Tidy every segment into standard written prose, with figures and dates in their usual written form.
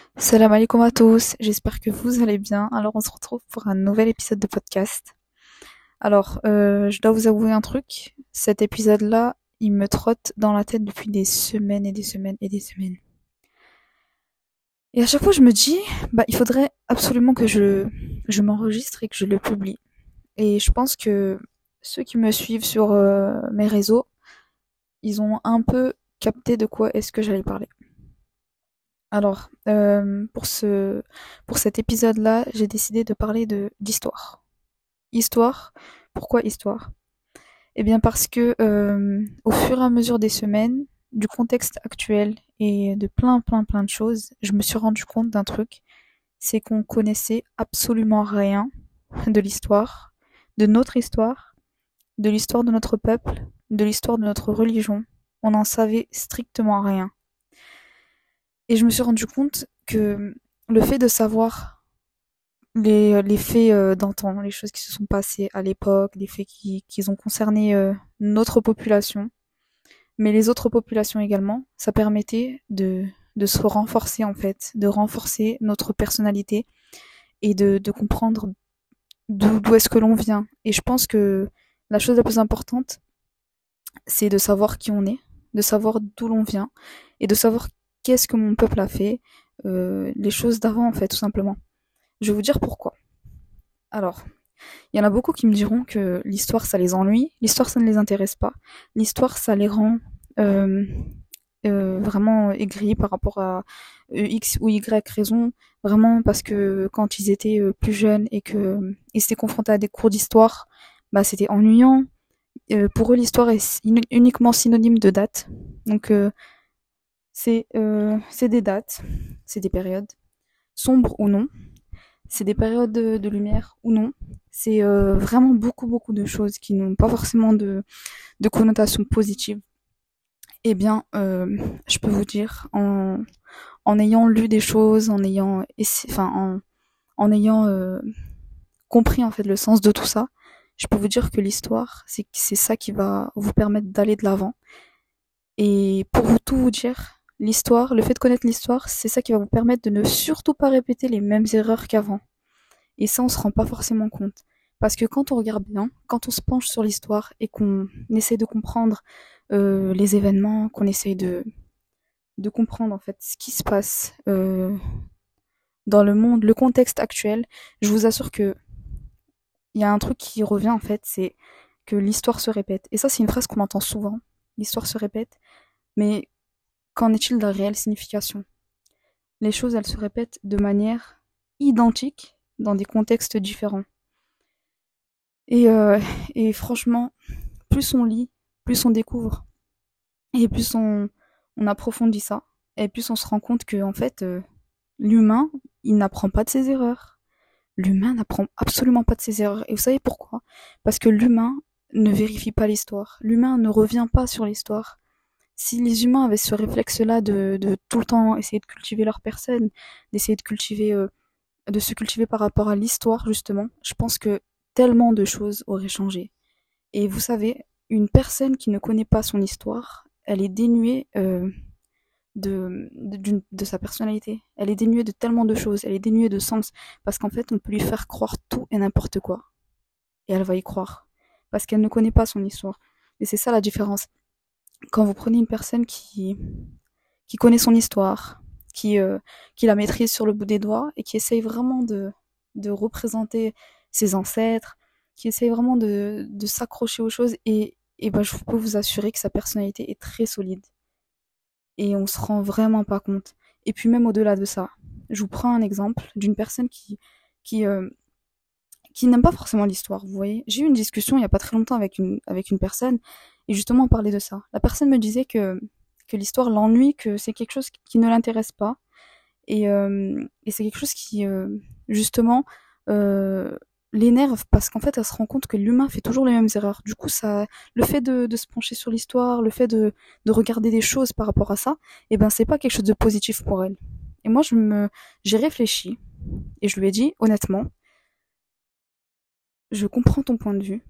Salam alaikum à tous, j'espère que vous allez bien. Alors on se retrouve pour un nouvel épisode de podcast. Alors je dois vous avouer un truc, cet épisode-là, il me trotte dans la tête depuis des semaines et des semaines et des semaines. Et à chaque fois je me dis, il faudrait absolument que je m'enregistre et que je le publie. Et je pense que ceux qui me suivent sur mes réseaux, ils ont un peu capté de quoi est-ce que j'allais parler. Alors, pour cet épisode-là, j'ai décidé de parler d'histoire. Histoire, pourquoi histoire? Eh bien parce que au fur et à mesure des semaines, du contexte actuel et de plein de choses, je me suis rendu compte d'un truc, c'est qu'on connaissait absolument rien de l'histoire, de l'histoire de notre peuple, de l'histoire de notre religion. On n'en savait strictement rien. Et je me suis rendu compte que le fait de savoir les faits d'antan, les choses qui se sont passées à l'époque, les faits qui ont concerné notre population, mais les autres populations également, ça permettait de se renforcer en fait, de renforcer notre personnalité et de comprendre d'où est-ce que l'on vient. Et je pense que la chose la plus importante, c'est de savoir qui on est, de savoir d'où l'on vient et de savoir qu'est-ce que mon peuple a fait, les choses d'avant en fait, tout simplement. Je vais vous dire pourquoi. Alors, il y en a beaucoup qui me diront que l'histoire, ça les ennuie, l'histoire, ça ne les intéresse pas, l'histoire, ça les rend euh, vraiment aigris par rapport à X ou Y raison, vraiment parce que quand ils étaient plus jeunes et que ils s'étaient confrontés à des cours d'histoire, bah c'était ennuyant. Pour eux, l'histoire est uniquement synonyme de date. Donc c'est des dates, c'est des périodes, sombres ou non, c'est des périodes de lumière ou non. C'est vraiment beaucoup de choses qui n'ont pas forcément de connotation positive. Eh bien, je peux vous dire, en ayant lu des choses, en ayant compris en fait le sens de tout ça, je peux vous dire que l'histoire, c'est ça qui va vous permettre d'aller de l'avant. Et pour vous tout vous dire, l'histoire, le fait de connaître l'histoire, c'est ça qui va vous permettre de ne surtout pas répéter les mêmes erreurs qu'avant. Et ça, on se rend pas forcément compte. Parce que quand on regarde bien, quand on se penche sur l'histoire et qu'on essaie de comprendre les événements, qu'on essaie de comprendre en fait ce qui se passe dans le monde, le contexte actuel, je vous assure que il y a un truc qui revient en fait, c'est que l'histoire se répète. Et ça, c'est une phrase qu'on entend souvent. L'histoire se répète. Mais qu'en est-il de la réelle signification? Les choses, elles se répètent de manière identique dans des contextes différents. Et, euh, et franchement, plus on lit, plus on découvre, et plus on approfondit ça, et plus on se rend compte que en fait, l'humain, il n'apprend pas de ses erreurs. L'humain n'apprend absolument pas de ses erreurs. Et vous savez pourquoi? Parce que l'humain ne vérifie pas l'histoire. L'humain ne revient pas sur l'histoire. Si les humains avaient ce réflexe-là de tout le temps essayer de cultiver leur personne, d'essayer de se cultiver par rapport à l'histoire justement, je pense que tellement de choses auraient changé. Et vous savez, une personne qui ne connaît pas son histoire, elle est dénuée de sa personnalité. Elle est dénuée de tellement de choses, elle est dénuée de sens. Parce qu'en fait, on peut lui faire croire tout et n'importe quoi. Et elle va y croire. Parce qu'elle ne connaît pas son histoire. Et c'est ça la différence. Quand vous prenez une personne qui connaît son histoire, qui la maîtrise sur le bout des doigts et qui essaye vraiment de représenter ses ancêtres, qui essaye vraiment de s'accrocher aux choses et ben, je peux vous assurer que sa personnalité est très solide et on se rend vraiment pas compte. Et puis même au-delà de ça, je vous prends un exemple d'une personne qui, euh, qui n'aime pas forcément l'histoire, vous voyez. J'ai eu une discussion il y a pas très longtemps avec une personne et justement on parlait de ça. La personne me disait que l'histoire l'ennuie, que c'est quelque chose qui ne l'intéresse pas et c'est quelque chose qui justement euh, l'énerve parce qu'en fait elle se rend compte que l'humain fait toujours les mêmes erreurs. Du coup ça, le fait de se pencher sur l'histoire, le fait de regarder des choses par rapport à ça, et ben c'est pas quelque chose de positif pour elle. Et moi j'ai réfléchi et je lui ai dit honnêtement, je comprends ton point de vue,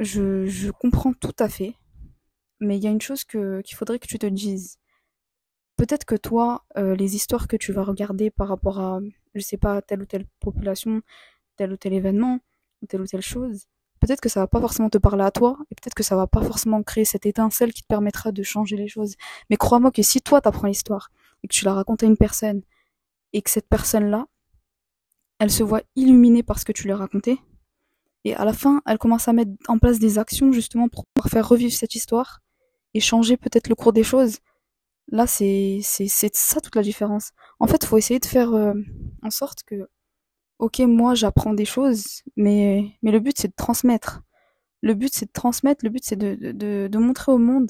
je comprends tout à fait, mais il y a une chose qu'il faudrait que tu te dises. Peut-être que toi, les histoires que tu vas regarder par rapport à, je sais pas, telle ou telle population, tel ou tel événement, ou telle chose, peut-être que ça va pas forcément te parler à toi, et peut-être que ça va pas forcément créer cette étincelle qui te permettra de changer les choses. Mais crois-moi que si toi t'apprends l'histoire, et que tu la racontes à une personne, et que cette personne-là, elle se voit illuminée par ce que tu lui as raconté, et à la fin, elle commence à mettre en place des actions justement pour pouvoir faire revivre cette histoire, et changer peut-être le cours des choses. Là, c'est ça toute la différence. En fait, faut essayer de faire en sorte que, ok, moi j'apprends des choses, mais le but c'est de transmettre. Le but c'est de transmettre, le but c'est de montrer au monde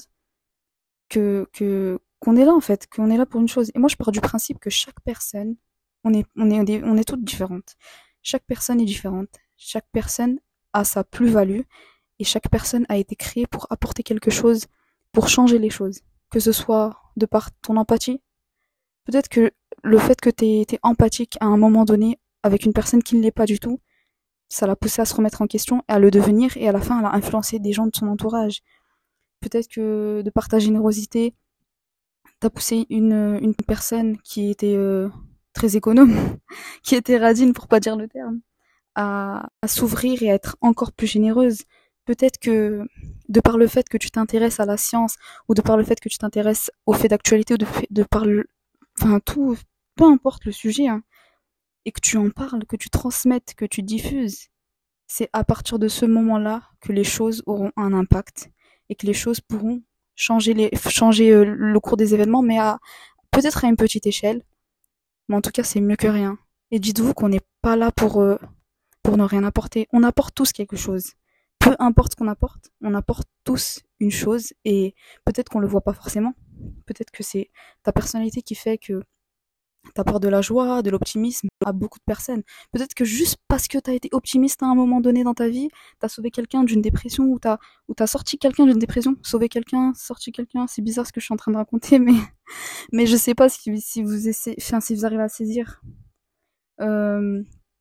qu'on est là en fait, qu'on est là pour une chose. Et moi je pars du principe que chaque personne, on est toutes différentes. Chaque personne est différente. Chaque personne a sa plus-value et chaque personne a été créée pour apporter quelque chose, pour changer les choses. Que ce soit de par ton empathie, peut-être que le fait que t'es empathique à un moment donné avec une personne qui ne l'est pas du tout, ça l'a poussé à se remettre en question et à le devenir, et à la fin, elle a influencé des gens de son entourage. Peut-être que de par ta générosité, t'as poussé une personne qui était très économe, qui était radine pour pas dire le terme, à s'ouvrir et à être encore plus généreuse. Peut-être que de par le fait que tu t'intéresses à la science, ou de par le fait que tu t'intéresses aux faits d'actualité, ou de par enfin tout, peu importe le sujet, hein, et que tu en parles, que tu transmettes, que tu diffuses, c'est à partir de ce moment-là que les choses auront un impact et que les choses pourront changer le cours des événements, mais peut-être à une petite échelle, mais en tout cas c'est mieux que rien. Et dites-vous qu'on n'est pas là pour ne rien apporter. On apporte tous quelque chose. Peu importe ce qu'on apporte, on apporte tous une chose, et peut-être qu'on le voit pas forcément. Peut-être que c'est ta personnalité qui fait que t'apportes de la joie, de l'optimisme à beaucoup de personnes. Peut-être que juste parce que t'as été optimiste à un moment donné dans ta vie, t'as sauvé quelqu'un d'une dépression, ou t'as sorti quelqu'un d'une dépression, sauvé quelqu'un, sorti quelqu'un. C'est bizarre ce que je suis en train de raconter, mais je sais pas si vous essayez, enfin, si vous arrivez à saisir euh,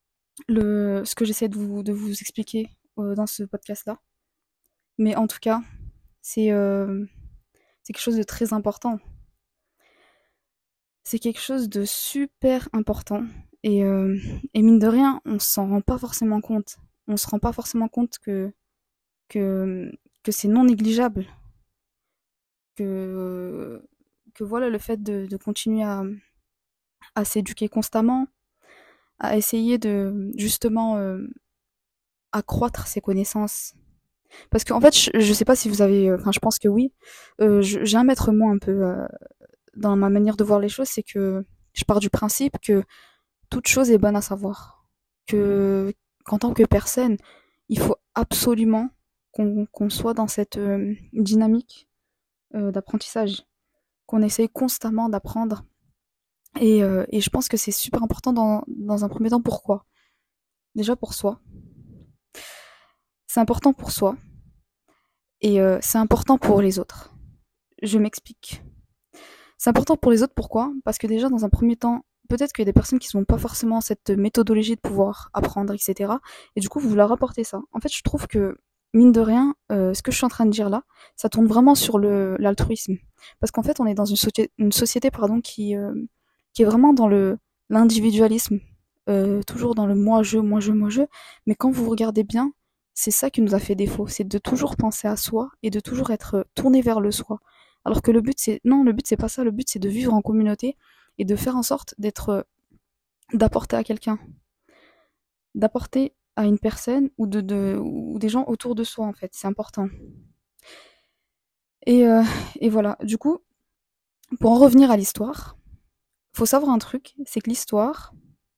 ce que j'essaie de vous expliquer dans ce podcast-là. Mais en tout cas, c'est quelque chose de très important. C'est quelque chose de super important. Et mine de rien, on s'en rend pas forcément compte. On se rend pas forcément compte que, que c'est non négligeable. Que, que voilà, le fait de continuer à s'éduquer constamment, à essayer de justement accroître ses connaissances. Parce qu'en fait, je sais pas si vous avez, enfin, je pense que oui. J'ai un maître mot un peu dans ma manière de voir les choses, c'est que je pars du principe que toute chose est bonne à savoir. Que qu'en tant que personne, il faut absolument qu'on soit dans cette dynamique d'apprentissage, qu'on essaye constamment d'apprendre. Et je pense que c'est super important dans un premier temps. Pourquoi? Déjà pour soi. C'est important pour soi, et c'est important pour les autres. Je m'explique. C'est important pour les autres, pourquoi? Parce que déjà, dans un premier temps, peut-être qu'il y a des personnes qui n'ont pas forcément cette méthodologie de pouvoir apprendre, etc. Et du coup, vous leur apportez ça. En fait, je trouve que, mine de rien, ce que je suis en train de dire là, ça tourne vraiment sur l'altruisme. Parce qu'en fait, on est dans une société pardon, qui est vraiment dans l'individualisme, toujours dans le moi, je, moi, je, moi, je. Mais quand vous regardez bien, c'est ça qui nous a fait défaut. C'est de toujours penser à soi et de toujours être tourné vers le soi. Alors que le but, non, le but, c'est pas ça. Le but, c'est de vivre en communauté et de faire en sorte d'apporter à quelqu'un, d'apporter à une personne, ou des gens autour de soi, en fait. C'est important. Et, euh, et voilà. Du coup, pour en revenir à l'histoire, faut savoir un truc, c'est que l'histoire,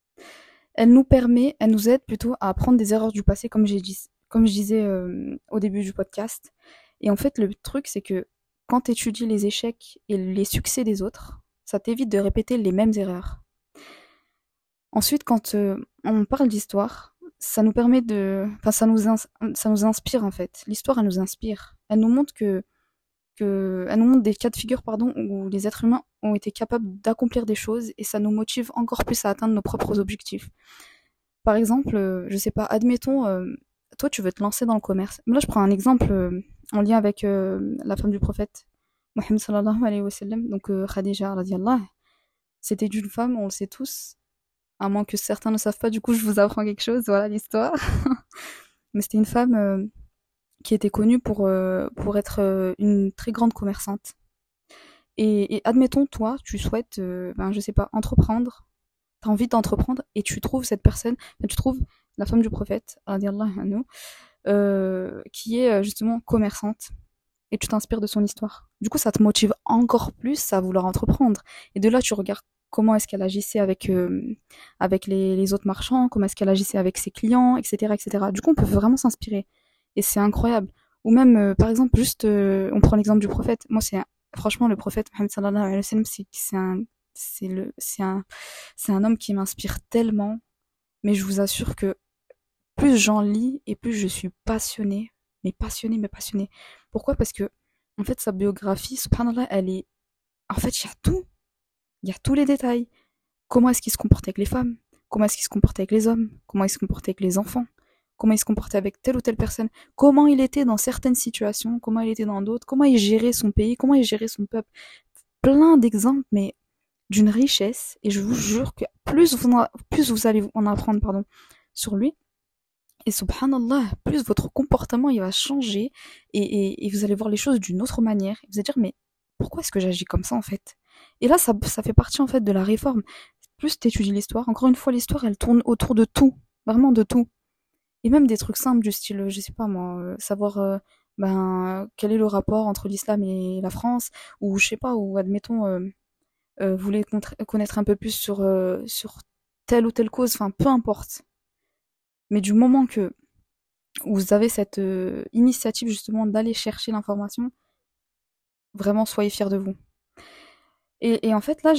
elle nous aide plutôt à apprendre des erreurs du passé, comme je disais au début du podcast. Et en fait, le truc, c'est que quand tu étudies les échecs et les succès des autres, ça t'évite de répéter les mêmes erreurs. Ensuite, quand on parle d'histoire, ça nous permet enfin, ça nous inspire en fait. L'histoire, elle nous inspire. Elle nous montre elle nous montre des cas de figure, pardon, où les êtres humains ont été capables d'accomplir des choses, et ça nous motive encore plus à atteindre nos propres objectifs. Par exemple, je sais pas, admettons, toi tu veux te lancer dans le commerce. Là, je prends un exemple en lien avec la femme du prophète Mohammed sallallahu alayhi wa sallam, donc Khadija radiallahu, c'était une femme, on le sait tous, à moins que certains ne savent pas, du coup je vous apprends quelque chose, voilà l'histoire. Mais c'était une femme qui était connue pour être une très grande commerçante. Et admettons, toi, tu souhaites, je sais pas, entreprendre, t'as envie d'entreprendre, et tu trouves cette personne, tu trouves la femme du prophète, radiallahu anhu, qui est justement commerçante, et tu t'inspires de son histoire. Du coup, ça te motive encore plus à vouloir entreprendre. Et de là, tu regardes comment est-ce qu'elle agissait avec les autres marchands, comment est-ce qu'elle agissait avec ses clients, etc., etc. Du coup, on peut vraiment s'inspirer. Et c'est incroyable. Ou même, par exemple, juste, on prend l'exemple du prophète. Moi, franchement, le prophète Mohammed sallallahu alayhi wa sallam, c'est un homme qui m'inspire tellement. Mais je vous assure que plus j'en lis et plus je suis passionnée, mais passionnée. Pourquoi? Parce que, en fait, sa biographie, subhanallah, elle est, en fait, il y a tout. Il y a tous les détails. Comment est-ce qu'il se comportait avec les femmes? Comment est-ce qu'il se comportait avec les hommes? Comment il se comportait avec les enfants? Comment il se comportait avec telle ou telle personne? Comment il était dans certaines situations? Comment il était dans d'autres? Comment il gérait son pays? Comment il gérait son peuple? Plein d'exemples, mais d'une richesse. Et je vous jure que plus vous allez en apprendre, pardon, sur lui, et subhanallah, plus votre comportement il va changer et vous allez voir les choses d'une autre manière. Et vous allez dire, mais pourquoi est-ce que j'agis comme ça en fait? Et là, ça fait partie en fait de la réforme. Plus tu étudies l'histoire, encore une fois, l'histoire elle tourne autour de tout, vraiment de tout. Et même des trucs simples du style, je sais pas moi, savoir quel est le rapport entre l'islam et la France, ou je sais pas, ou admettons, vous voulez connaître un peu plus sur telle ou telle cause, enfin peu importe. Mais du moment que vous avez cette initiative justement d'aller chercher l'information, vraiment soyez fiers de vous. Et en fait là,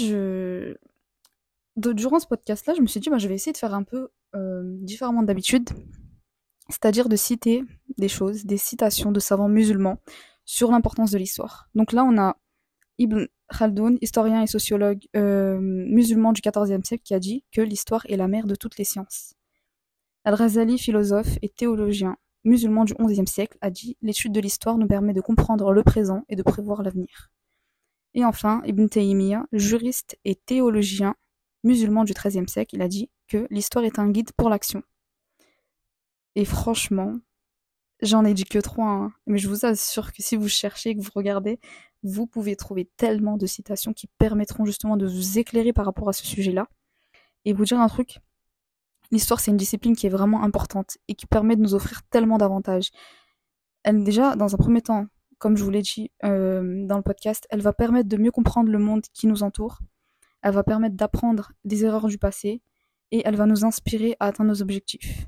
durant ce podcast-là, je me suis dit, je vais essayer de faire un peu différemment d'habitude, c'est-à-dire de citer des choses, des citations de savants musulmans sur l'importance de l'histoire. Donc là, on a Ibn Khaldoun, historien et sociologue musulman du XIVe siècle, qui a dit que l'histoire est la mère de toutes les sciences. Al-Ghazali, philosophe et théologien musulman du XIe siècle, a dit « L'étude de l'histoire nous permet de comprendre le présent et de prévoir l'avenir ». Et enfin, Ibn Taymiyyah, juriste et théologien musulman du XIIIe siècle, il a dit que l'histoire est un guide pour l'action. Et franchement, j'en ai dit que 3, hein, mais je vous assure que si vous cherchez et que vous regardez, vous pouvez trouver tellement de citations qui permettront justement de vous éclairer par rapport à ce sujet-là. Et vous dire un truc, l'histoire c'est une discipline qui est vraiment importante et qui permet de nous offrir tellement d'avantages. Elle, déjà, dans un premier temps, comme je vous l'ai dit dans le podcast, elle va permettre de mieux comprendre le monde qui nous entoure, elle va permettre d'apprendre des erreurs du passé et elle va nous inspirer à atteindre nos objectifs.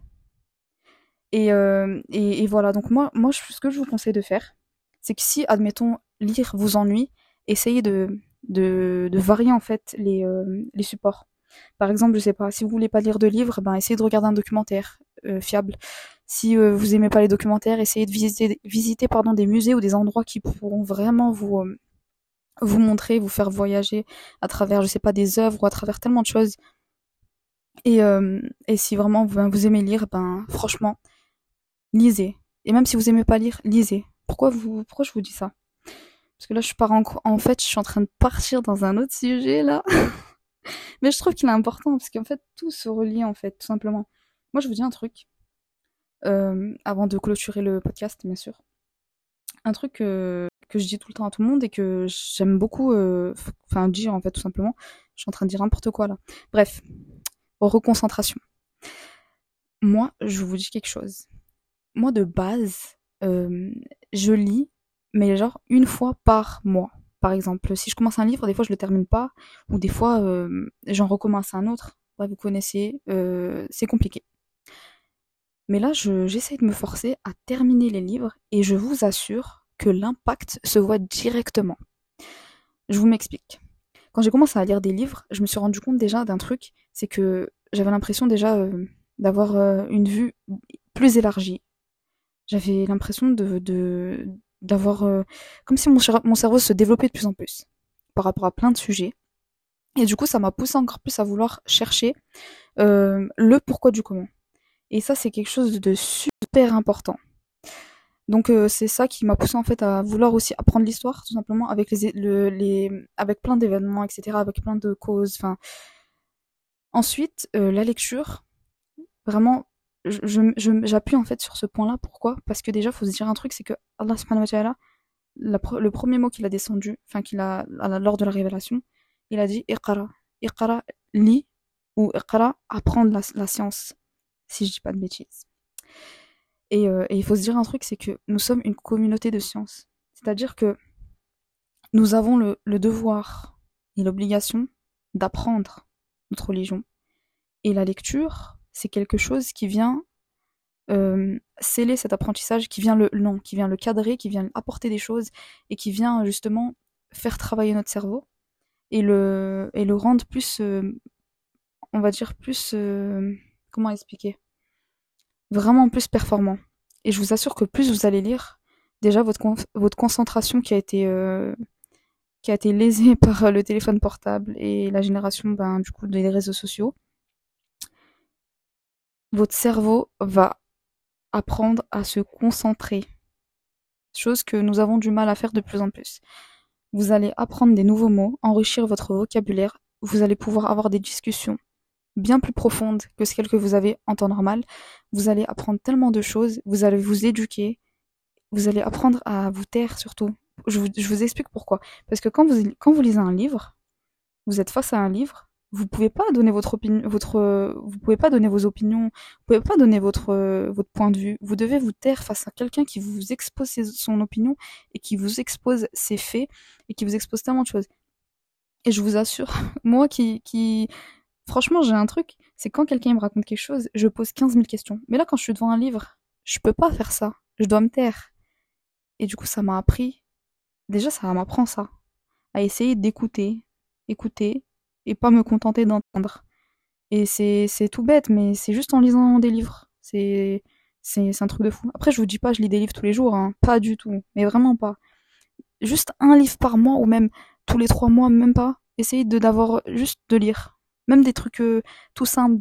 Et voilà, donc moi, ce que je vous conseille de faire, c'est que si, admettons, lire vous ennuie, essayez de varier en fait les supports. Par exemple, je sais pas, si vous voulez pas lire de livres, essayez de regarder un documentaire fiable. Si vous aimez pas les documentaires, essayez de visiter des musées ou des endroits qui pourront vraiment vous montrer, vous faire voyager à travers, je sais pas, des œuvres ou à travers tellement de choses. Et si vraiment vous aimez lire, franchement, lisez. Et même si vous aimez pas lire, lisez. Pourquoi je vous dis ça? Parce que là, en fait, je suis en train de partir dans un autre sujet, là. Mais je trouve qu'il est important, parce qu'en fait, tout se relie, en fait, tout simplement. Moi, je vous dis un truc, avant de clôturer le podcast, bien sûr. Un truc que je dis tout le temps à tout le monde et que j'aime beaucoup, dire, en fait, tout simplement. Je suis en train de dire n'importe quoi, là. Bref, reconcentration. Moi, je vous dis quelque chose. Moi, de base, je lis, mais genre une fois par mois. Par exemple, si je commence un livre, des fois je le termine pas, ou des fois j'en recommence un autre. Vous connaissez, c'est compliqué. Mais là, j'essaye de me forcer à terminer les livres, et je vous assure que l'impact se voit directement. Je vous m'explique. Quand j'ai commencé à lire des livres, je me suis rendu compte déjà d'un truc, c'est que j'avais l'impression déjà d'avoir une vue plus élargie. J'avais l'impression d'avoir comme si mon cerveau se développait de plus en plus par rapport à plein de sujets. Et du coup, ça m'a poussé encore plus à vouloir chercher le pourquoi du comment. Et ça, c'est quelque chose de super important. Donc c'est ça qui m'a poussé en fait à vouloir aussi apprendre l'histoire, tout simplement avec avec plein d'événements, etc., avec plein de causes. Enfin, ensuite la lecture, vraiment, j'appuie en fait sur ce point-là. Pourquoi? Parce que déjà, faut se dire un truc, c'est que Allah subhanahu wa ta'ala, le premier mot qu'il a descendu, enfin lors de la révélation, il a dit Iqra, Iqra, lis, ou Iqra, apprendre la science, si je dis pas de bêtises. Et il faut se dire un truc, c'est que nous sommes une communauté de science. C'est-à-dire que nous avons le devoir et l'obligation d'apprendre notre religion. Et la lecture, c'est quelque chose qui vient sceller cet apprentissage, qui vient le cadrer, qui vient apporter des choses et qui vient justement faire travailler notre cerveau et le rendre plus, on va dire plus, comment expliquer, vraiment plus performant. Et je vous assure que plus vous allez lire, déjà votre concentration qui a été lésée par le téléphone portable et la génération du coup des réseaux sociaux, votre cerveau va apprendre à se concentrer, chose que nous avons du mal à faire de plus en plus. Vous allez apprendre des nouveaux mots, enrichir votre vocabulaire, vous allez pouvoir avoir des discussions bien plus profondes que celles que vous avez en temps normal. Vous allez apprendre tellement de choses, vous allez vous éduquer, vous allez apprendre à vous taire surtout. Je vous explique pourquoi. Parce que quand vous lisez un livre, vous êtes face à un livre, vous pouvez pas donner votre opinion, vous pouvez pas donner vos opinions, vous pouvez pas donner votre point de vue. Vous devez vous taire face à quelqu'un qui vous expose son opinion et qui vous expose ses faits et qui vous expose tellement de choses. Et je vous assure, moi franchement, j'ai un truc, c'est quand quelqu'un me raconte quelque chose, je pose 15 000 questions. Mais là, quand je suis devant un livre, je peux pas faire ça. Je dois me taire. Et du coup, ça m'a appris, déjà, ça m'apprend ça, à essayer d'écouter, écouter, et pas me contenter d'entendre. Et c'est tout bête, mais c'est juste en lisant des livres. C'est un truc de fou. Après, je vous dis pas, je lis des livres tous les jours, hein. Pas du tout. Mais vraiment pas. Juste un livre par mois, ou même tous les 3 mois, même pas. Essayez d'avoir juste de lire. Même des trucs tout simples,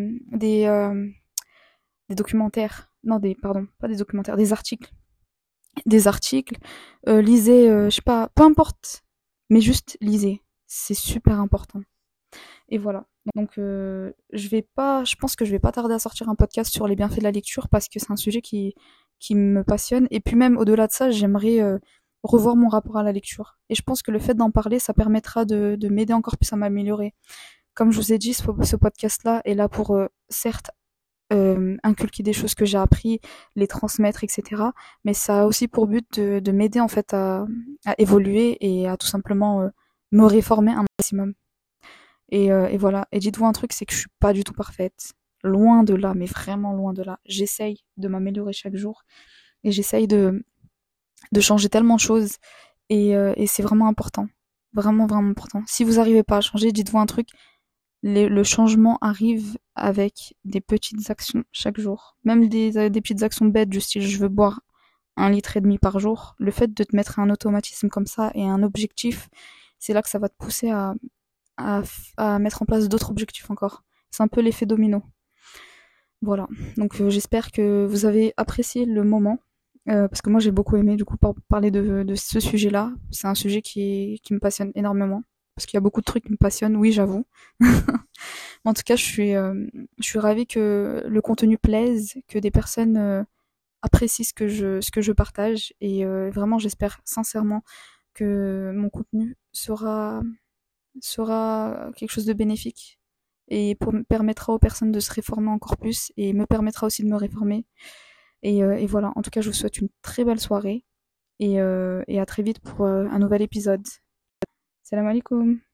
des documentaires. Non, pardon, pas des documentaires, des articles. Des articles. Lisez, je sais pas, peu importe. Mais juste lisez. C'est super important. Et voilà. Donc je pense que je vais pas tarder à sortir un podcast sur les bienfaits de la lecture parce que c'est un sujet qui me passionne. Et puis même au-delà de ça, j'aimerais revoir mon rapport à la lecture. Et je pense que le fait d'en parler, ça permettra de m'aider encore plus à m'améliorer. Comme je vous ai dit, ce podcast-là est là pour certes inculquer des choses que j'ai appris, les transmettre, etc. Mais ça a aussi pour but de m'aider en fait à évoluer et à tout simplement me réformer un maximum. Et voilà. Et dites-vous un truc, c'est que je suis pas du tout parfaite. Loin de là, mais vraiment loin de là. J'essaye de m'améliorer chaque jour. Et j'essaye de changer tellement de choses. Et c'est vraiment important. Vraiment, vraiment important. Si vous n'arrivez pas à changer, dites-vous un truc. Le changement arrive avec des petites actions chaque jour. Même des petites actions bêtes, du style je veux boire 1,5 litre par jour. Le fait de te mettre un automatisme comme ça et un objectif, c'est là que ça va te pousser à mettre en place d'autres objectifs encore. C'est un peu l'effet domino. Voilà. Donc j'espère que vous avez apprécié le moment. Parce que moi j'ai beaucoup aimé du coup parler de ce sujet-là. C'est un sujet qui me passionne énormément. Parce qu'il y a beaucoup de trucs qui me passionnent, oui j'avoue. En tout cas je suis ravie que le contenu plaise, que des personnes apprécient ce que je partage. Et vraiment j'espère sincèrement que mon contenu sera quelque chose de bénéfique et permettra aux personnes de se réformer encore plus et me permettra aussi de me réformer. Et voilà, en tout cas, je vous souhaite une très belle soirée et à très vite pour un nouvel épisode. Salam alaikum.